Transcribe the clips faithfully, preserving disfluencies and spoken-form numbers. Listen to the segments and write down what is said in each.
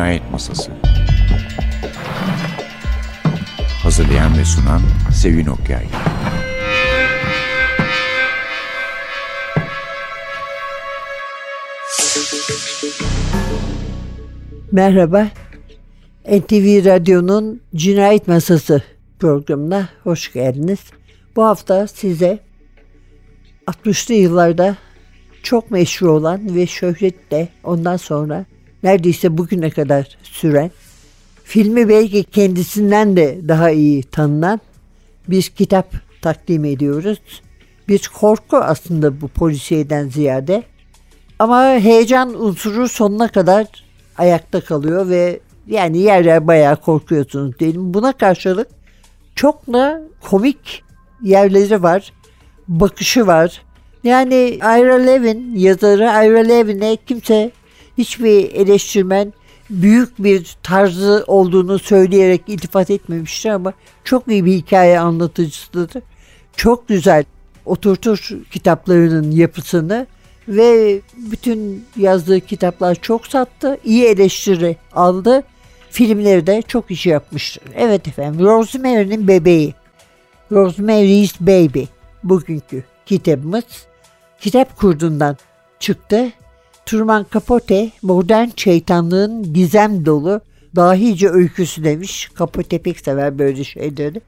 Cinayet Masası. Hazırlayan ve sunan Sevin Okyay. Merhaba, N T V Radyo'nun Cinayet Masası programına hoş geldiniz. Bu hafta size altmışlı yıllarda çok meşhur olan ve şöhretle ondan sonra neredeyse bugüne kadar süren, filmi belki kendisinden de daha iyi tanınan bir kitap takdim ediyoruz. Bir korku aslında bu polisiyeden ziyade, ama heyecan unsuru sonuna kadar ayakta kalıyor ve yani yer yer bayağı korkuyorsunuz diyelim. Buna karşılık çok da komik yerleri var, bakışı var. Yani Ira Levin, yazarı Ira Levin'e kimse, hiçbir eleştirmen büyük bir tarzı olduğunu söyleyerek iltifat etmemiştir ama çok iyi bir hikaye anlatıcısıdır. Çok güzel oturtur kitaplarının yapısını ve bütün yazdığı kitaplar çok sattı, iyi eleştiri aldı. Filmleri de çok iş yapmıştır. Evet efendim, Rosemary'nin Bebeği, Rosemary's Baby bugünkü kitabımız. Kitap Kurdu'ndan çıktı. Truman Capote, modern şeytanlığın gizem dolu dahice öyküsü demiş. Capote pek sever böyle şeyleri.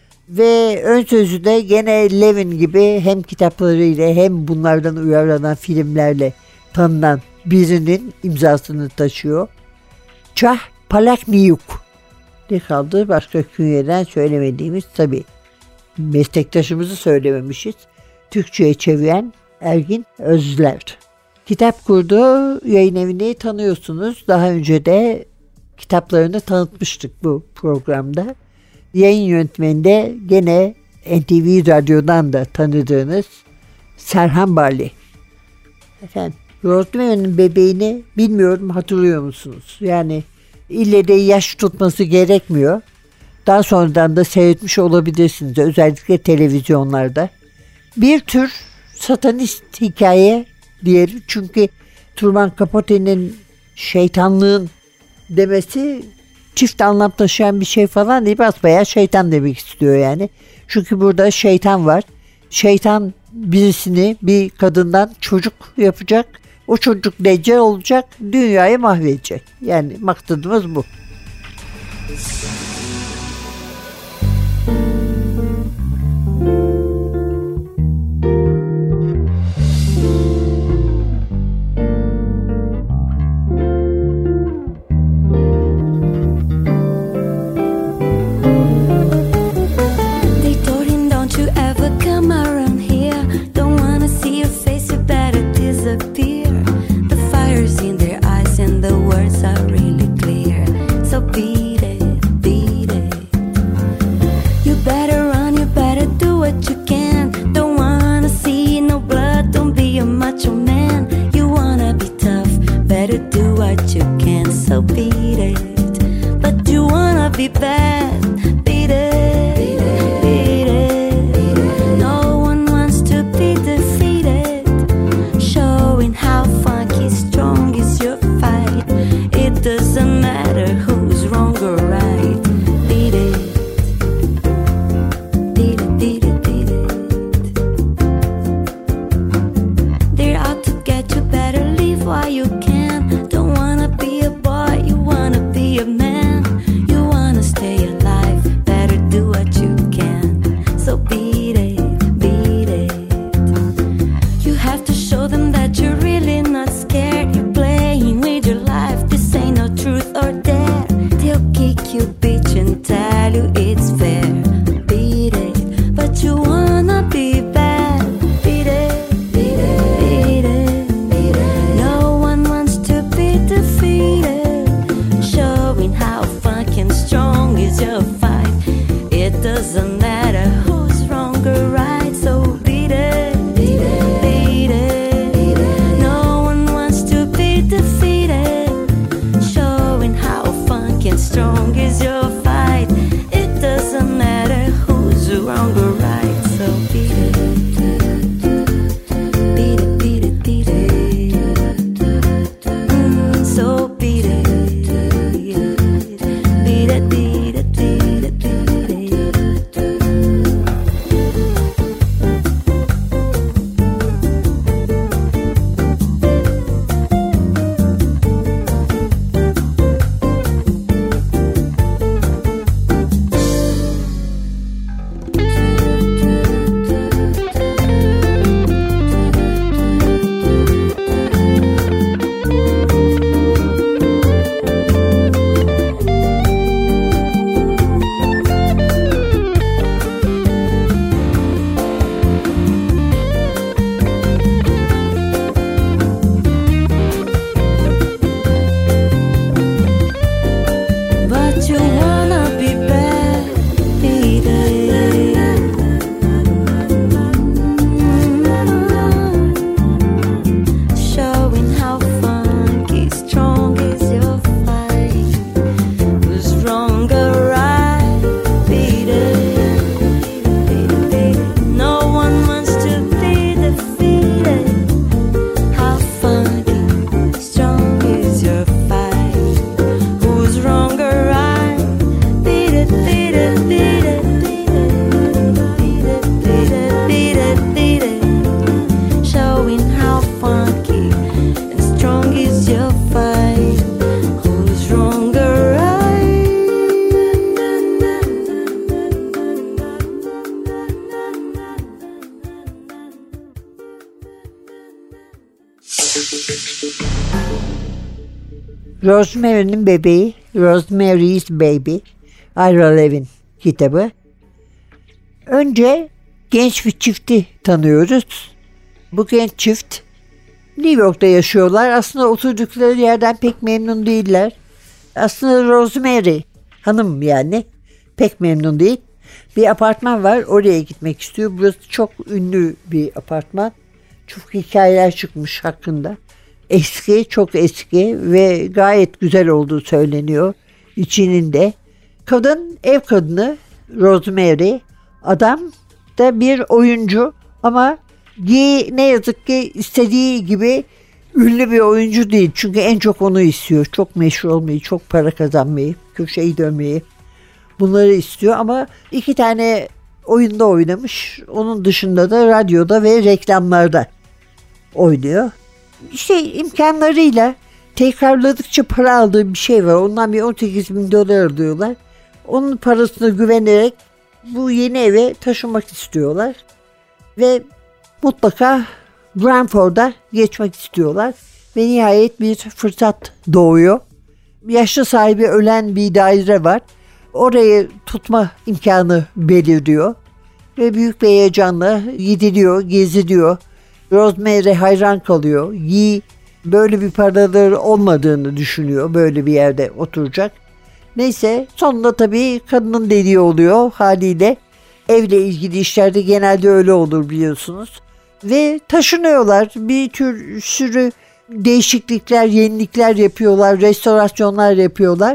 Ve ön sözü de gene Levin gibi hem kitaplarıyla hem bunlardan uyarlanan filmlerle tanınan birinin imzasını taşıyor. Çah Palahniuk. Ne kaldı? Başka künyeden söylemediğimiz, tabii meslektaşımızı söylememişiz. Türkçe'ye çeviren Ergin Özler. Kitap Kurdu yayın evini tanıyorsunuz. Daha önce de kitaplarını tanıtmıştık bu programda. Yayın yönetmeni de gene N T V Radyo'dan da tanıdığınız Serhan Barli. Efendim, Rosemary'nin Bebeğini bilmiyorum, hatırlıyor musunuz? Yani ille de yaş tutması gerekmiyor. Daha sonradan da seyretmiş olabilirsiniz, özellikle televizyonlarda. Bir tür satanist hikaye diyelim, çünkü Truman Capote'nin şeytanlığın demesi çift anlam taşıyan bir şey falan değil, basbayağı şeytan demek istiyor yani. Çünkü burada şeytan var. Şeytan birisini, bir kadından çocuk yapacak. O çocuk deccal olacak, dünyayı mahvedecek. Yani maksadımız bu. The words are really clear, so beat it, beat Rosemary'nin Bebeği, Rosemary's Baby, Ira Levin kitabı. Önce genç bir çifti tanıyoruz. Bu genç çift New York'ta yaşıyorlar. Aslında oturdukları yerden pek memnun değiller. Aslında Rosemary hanım yani pek memnun değil. Bir apartman var, oraya gitmek istiyor. Burası çok ünlü bir apartman. Çok hikayeler çıkmış hakkında. Eski, çok eski ve gayet güzel olduğu söyleniyor içinin de. Kadın ev kadını Rosemary, adam da bir oyuncu ama ne yazık ki istediği gibi ünlü bir oyuncu değil. Çünkü en çok onu istiyor. Çok meşhur olmayı, çok para kazanmayı, köşeyi dönmeyi, bunları istiyor ama iki tane oyunda oynamış. Onun dışında da radyoda ve reklamlarda oynuyor. İşte imkanlarıyla tekrarladıkça para aldığı bir şey var. Ondan bir on sekiz bin dolar alıyorlar. Onun parasına güvenerek bu yeni eve taşınmak istiyorlar. Ve mutlaka Branford'a geçmek istiyorlar. Ve nihayet bir fırsat doğuyor. Yaşlı sahibi ölen bir daire var. Orayı tutma imkanı belirliyor. Ve büyük bir heyecanla gidiliyor, geziliyor. Rosemary hayran kalıyor. Guy böyle bir paraları olmadığını düşünüyor. Böyle bir yerde oturacak. Neyse sonunda tabii kadının dediği oluyor haliyle. Evle ilgili işlerde genelde öyle olur biliyorsunuz. Ve taşınıyorlar. Bir tür sürü değişiklikler, yenilikler yapıyorlar. Restorasyonlar yapıyorlar.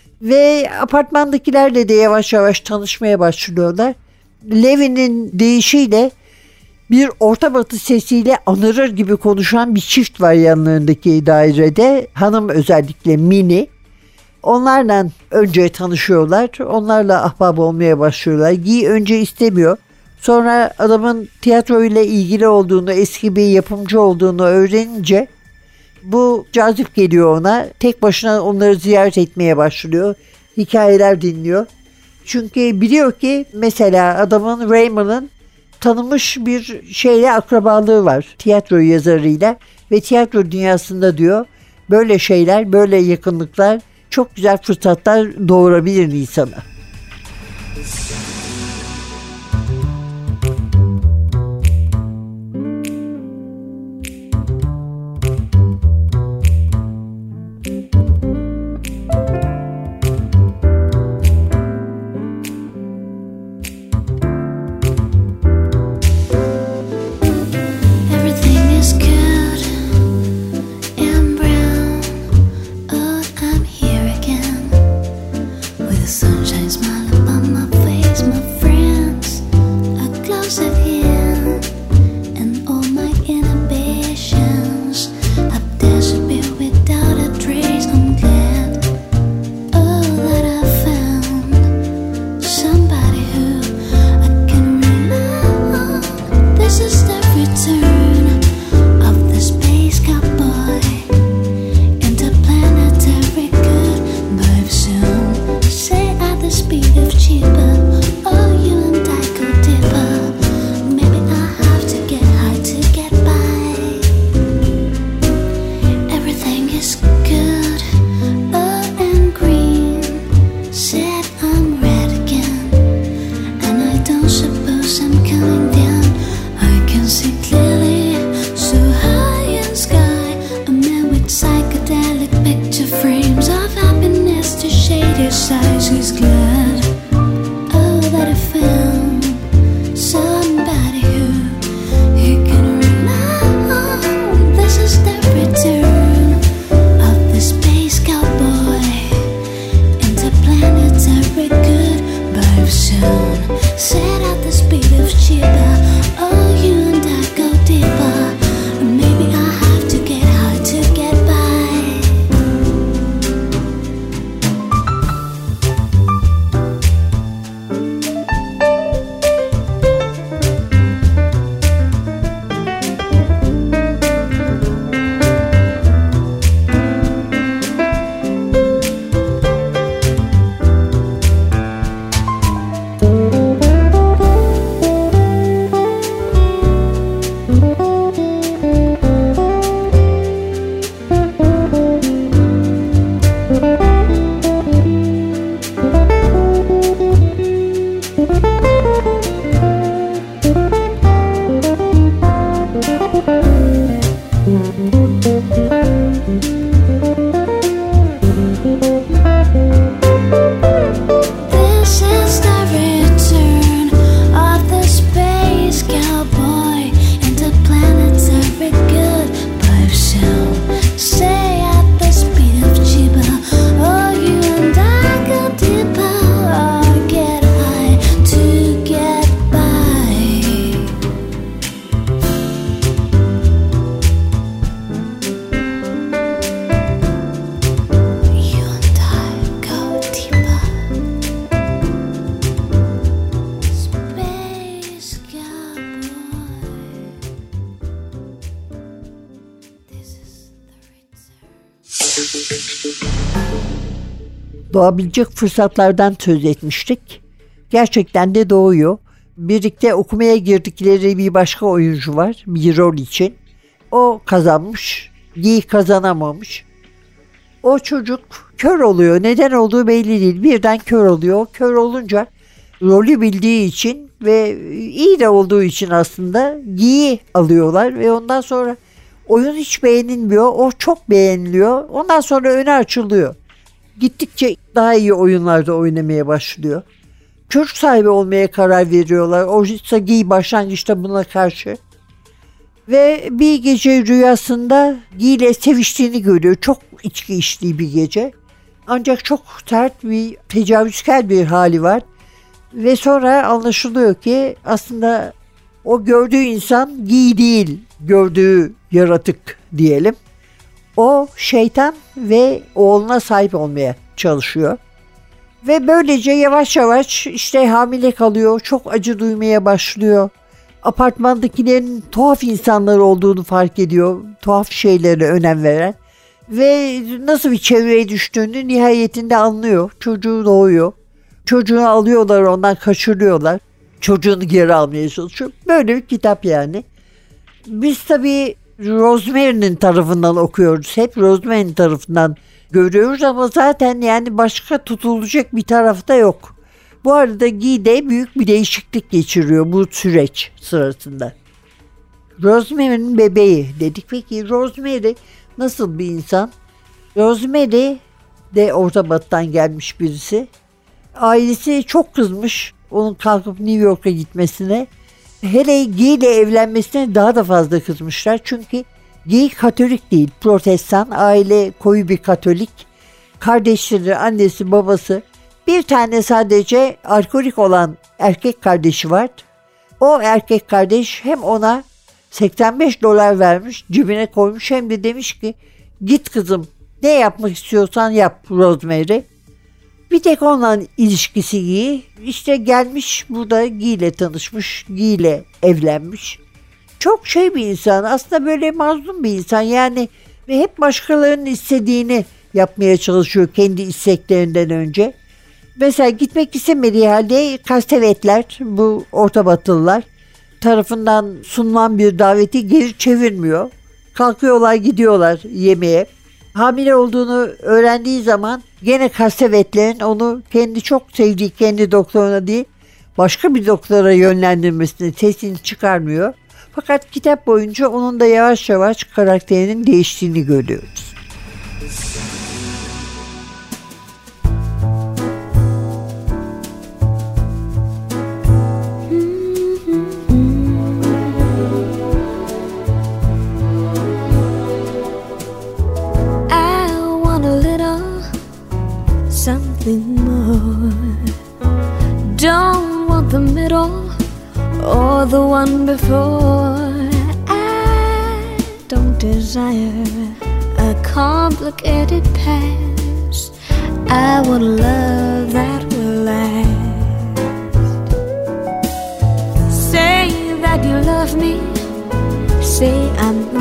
Ve apartmandakilerle de yavaş yavaş tanışmaya başlıyorlar. Levin'in deyişiyle bir Orta Batı sesiyle anırır gibi konuşan bir çift var yanlarındaki dairede. Hanım özellikle Minnie. Onlarla önce tanışıyorlar. Onlarla ahbap olmaya başlıyorlar. Guy önce istemiyor. Sonra adamın tiyatro ile ilgili olduğunu, eski bir yapımcı olduğunu öğrenince bu cazip geliyor ona. Tek başına onları ziyaret etmeye başlıyor. Hikayeler dinliyor. Çünkü biliyor ki mesela adamın Raymond'ın tanınmış bir şeyle akrabalığı var. Tiyatro yazarıyla ve tiyatro dünyasında diyor böyle şeyler, böyle yakınlıklar çok güzel fırsatlar doğurabilir insana. Sunshine smile upon my face. Doğabilecek fırsatlardan söz etmiştik. Gerçekten de doğuyor. Birlikte okumaya girdikleri bir başka oyuncu var bir rol için. O kazanmış, Guy kazanamamış. O çocuk kör oluyor. Neden olduğu belli değil. Birden kör oluyor. Kör olunca rolü bildiği için ve iyi de olduğu için aslında Guy'yi alıyorlar ve ondan sonra oyun hiç beğenilmiyor. O çok beğeniliyor. Ondan sonra öne açılıyor. Gittikçe daha iyi oyunlarda oynamaya başlıyor. Çocuk sahibi olmaya karar veriyorlar. Oysa Guy başlangıçta buna karşı. Ve bir gece rüyasında Guy ile seviştiğini görüyor. Çok içki içtiği bir gece. Ancak çok sert bir tecavüzkar bir hali var. Ve sonra anlaşılıyor ki aslında o gördüğü insan Guy değil, gördüğü yaratık diyelim. O şeytan ve oğluna sahip olmaya çalışıyor. Ve böylece yavaş yavaş işte hamile kalıyor, çok acı duymaya başlıyor. Apartmandakilerin tuhaf insanlar olduğunu fark ediyor, tuhaf şeylere önem veren. Ve nasıl bir çevreye düştüğünü nihayetinde anlıyor. Çocuğu doğuyor. Çocuğunu alıyorlar, ondan kaçırıyorlar. Çocuğunu geri almaya çalışıyor. Böyle bir kitap yani. Biz tabii Rosemary'nin tarafından okuyoruz. Hep Rosemary'nin tarafından görüyoruz ama zaten yani başka tutulacak bir tarafta yok. Bu arada Guy de büyük bir değişiklik geçiriyor bu süreç sırasında. Rosemary'nin bebeği dedik. Peki Rosemary nasıl bir insan? Rosemary de Orta Batı'dan gelmiş birisi. Ailesi çok kızmış onun kalkıp New York'a gitmesine. Hele Guy ile evlenmesine daha da fazla kızmışlar. Çünkü Guy Katolik değil, Protestan. Aile koyu bir Katolik. Kardeşleri, annesi, babası. Bir tane sadece alkolik olan erkek kardeşi var. O erkek kardeş hem ona seksen beş dolar vermiş, cebine koymuş, hem de demiş ki git kızım ne yapmak istiyorsan yap Rosemary. Bir tek onunla ilişkisi iyi. İşte gelmiş burada Guy ile tanışmış, Guy ile evlenmiş. Çok şey bir insan, aslında böyle mazlum bir insan yani ve hep başkalarının istediğini yapmaya çalışıyor kendi isteklerinden önce. Mesela gitmek istemediği halde kastevetler, bu Orta Batılılar tarafından sunulan bir daveti geri çevirmiyor. Kalkıyorlar gidiyorlar yemeğe. Hamile olduğunu öğrendiği zaman gene kastevetlerin onu kendi çok sevdiği kendi doktoruna değil başka bir doktora yönlendirmesini sesini çıkarmıyor. Fakat kitap boyunca onun da yavaş yavaş karakterinin değiştiğini görüyoruz. Something more. Don't want the middle or the one before. I don't desire a complicated past. I want a love that will last. Say that you love me. Say I'm the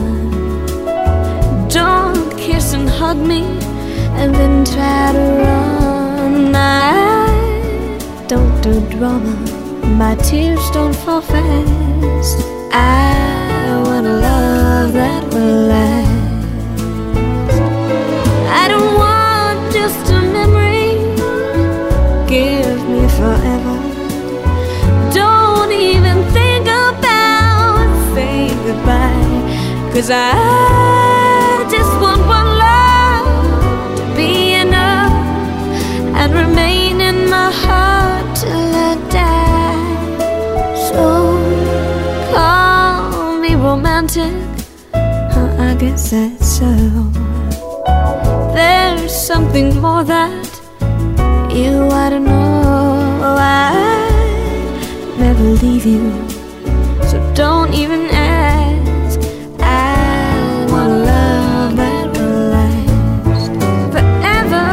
one. Don't kiss and hug me and then try to run. I don't do drama, my tears don't fall fast. I want a love that will last. I don't want just a memory, give me forever. Don't even think about saying goodbye, 'cause I just want one and remain in my heart till I die. So call me romantic, huh, I guess that's so. There's something more that you ought to know. I never leave you, so don't even ask. I want a love that will last forever.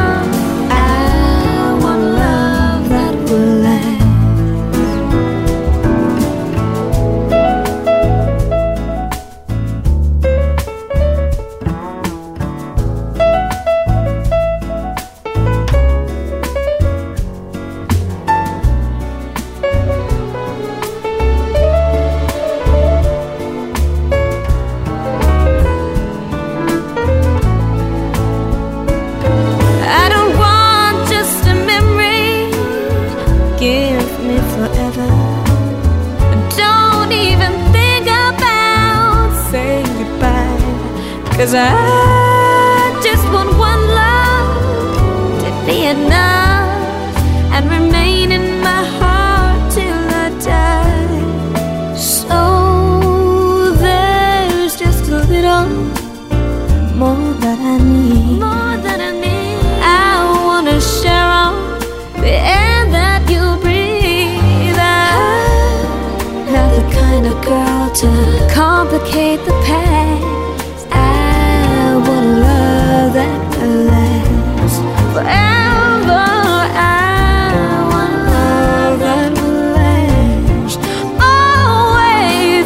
'Cause I just want one love to be enough and remain in my heart till I die. So there's just a little more that I need. More that I need. I wanna share all the air that you breathe. I'm not the kind of girl to complicate the past. I want a love that will last forever. I want love that will last always.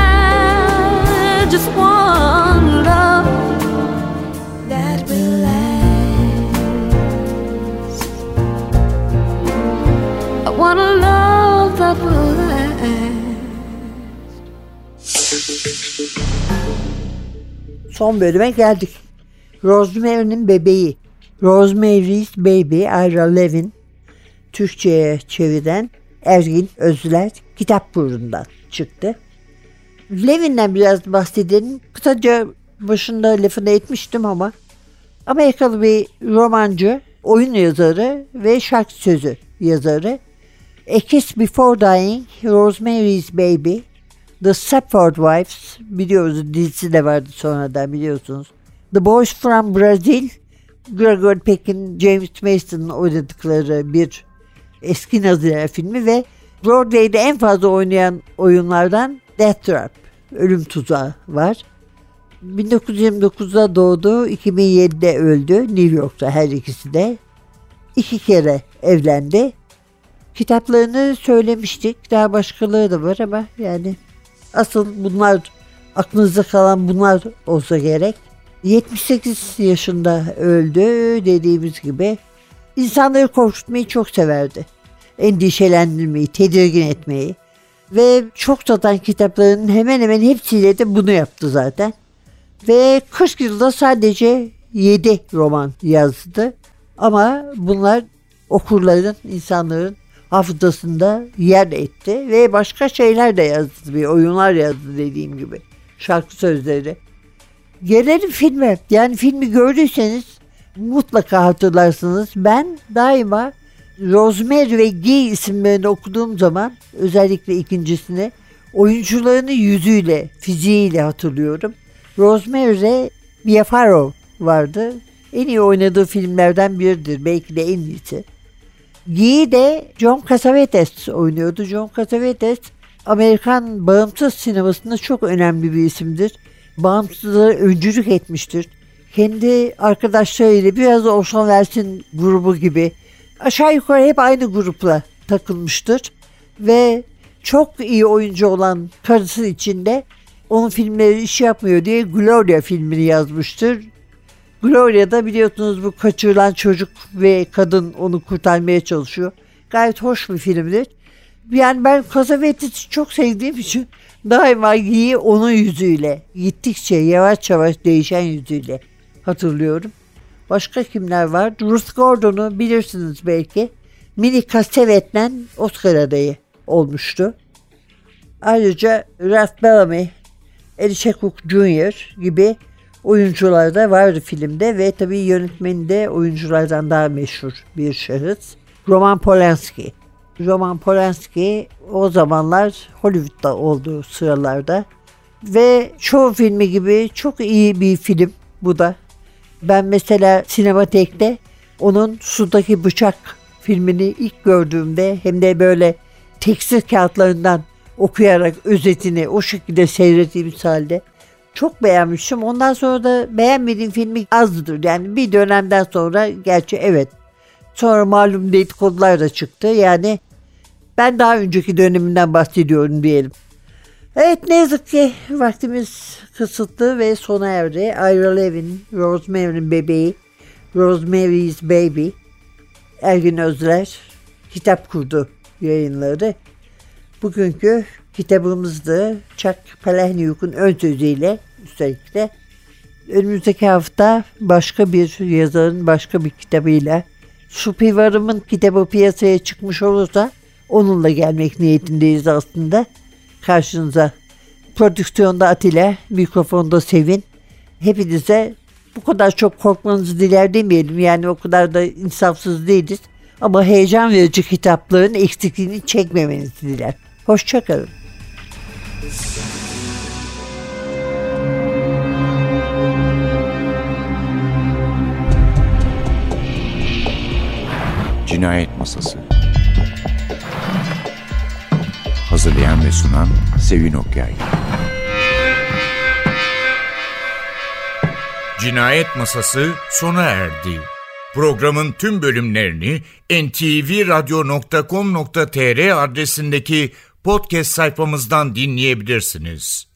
I just want love that will last. I want a love that will last. Son bölüme geldik. Rosemary'nin Bebeği. Rosemary's Baby, Ira Levin. Türkçe'ye çeviren Ergin Özler Kitapburnu'ndan çıktı. Levin'den biraz bahsedelim. Kısaca başında lafını etmiştim ama Amerikalı bir romancı, oyun yazarı ve şarkı sözü yazarı. A Kiss Before Dying, Rosemary's Baby, The Stepford Wives, biliyoruz, dizisi de vardı sonradan, biliyorsunuz. The Boys from Brazil, Gregory Peck'in, James Mason'ın oynadıkları bir eski Naziler filmi ve Broadway'de en fazla oynayan oyunlardan Death Trap, Ölüm Tuzağı var. bin dokuz yüz yirmi dokuzda doğdu, iki bin yedide öldü New York'ta, her ikisi de. İki kere evlendi. Kitaplarını söylemiştik, daha başkaları da var ama yani asıl bunlar, aklınızda kalan bunlar olsa gerek. yetmiş sekiz yaşında öldü, dediğimiz gibi. İnsanları korkutmayı çok severdi. Endişelendirmeyi, tedirgin etmeyi. Ve çok satan kitaplarının hemen hemen hepsiyle de bunu yaptı zaten. Ve kırk yılda sadece yedi roman yazdı. Ama bunlar okurların, insanların hafızasında yer etti. Ve başka şeyler de yazdı, bir oyunlar yazdı dediğim gibi. Şarkı sözleri. Gelelim filme. Yani filmi gördüyseniz mutlaka hatırlarsınız. Ben daima Rosemary ve Guy isimlerini okuduğum zaman, özellikle ikincisini, oyuncularını yüzüyle, fiziğiyle hatırlıyorum. Rosemary'de Mia Farrow vardı. En iyi oynadığı filmlerden biridir. Belki de en iyisi. Guy'yi de John Cassavetes oynuyordu. John Cassavetes Amerikan bağımsız sinemasında çok önemli bir isimdir. Bağımsızlara öncülük etmiştir. Kendi arkadaşlarıyla biraz da Orson Welles'in grubu gibi aşağı yukarı hep aynı grupla takılmıştır. Ve çok iyi oyuncu olan karısı için de onun filmleri iş yapmıyor diye Gloria filmini yazmıştır. Gloria'da biliyorsunuz bu kaçırılan çocuk ve kadın onu kurtarmaya çalışıyor. Gayet hoş bir filmdir. Yani ben Cassavetes'i çok sevdiğim için daima Guy'yi onun yüzüyle, gittikçe yavaş yavaş değişen yüzüyle hatırlıyorum. Başka kimler var? Ruth Gordon'u bilirsiniz belki. Minnie Castevet'le Oscar adayı olmuştu. Ayrıca Ralph Bellamy, Elisha Cook Junior gibi oyuncular da vardı filmde ve tabii yönetmeni de oyunculardan daha meşhur bir şahıs. Roman Polanski. Roman Polanski o zamanlar Hollywood'da olduğu sıralarda ve çoğu filmi gibi çok iyi bir film bu da. Ben mesela Sinematek'te onun Sudaki Bıçak filmini ilk gördüğümde, hem de böyle tekstil kağıtlarından okuyarak özetini o şekilde seyrettiğimiz halde çok beğenmiştim. Ondan sonra da beğenmediğim filmi azdır. Yani bir dönemden sonra, gerçi evet, sonra malum dedikodular da çıktı. Yani ben daha önceki döneminden bahsediyorum diyelim. Evet, ne yazık ki vaktimiz kısıtlı ve sona erdi. Ira Levin, Rosemary'nin Bebeği, Rosemary's Baby, Ergin Özler kitap kurdu yayınları. Bugünkü kitabımızdı. Chuck Palahniuk'un ön sözüyle, üstelik de. Önümüzdeki hafta başka bir yazarın başka bir kitabıyla, Supi Varım'ın kitabı piyasaya çıkmış olursa onunla gelmek niyetindeyiz aslında karşınıza. Prodüksiyonda Atilla, mikrofonda Sevin. hepinize bu kadar çok korkmanızı diler demeyelim. Yani o kadar da insafsız değiliz. Ama heyecan verici kitapların eksikliğini çekmemenizi diler. Hoşça kalın. Cinayet Masası. Hazırlayan ve sunan Sevin Okyay. Cinayet Masası sona erdi. Programın tüm bölümlerini en te ve radyo nokta com nokta te er adresindeki podcast sayfamızdan dinleyebilirsiniz.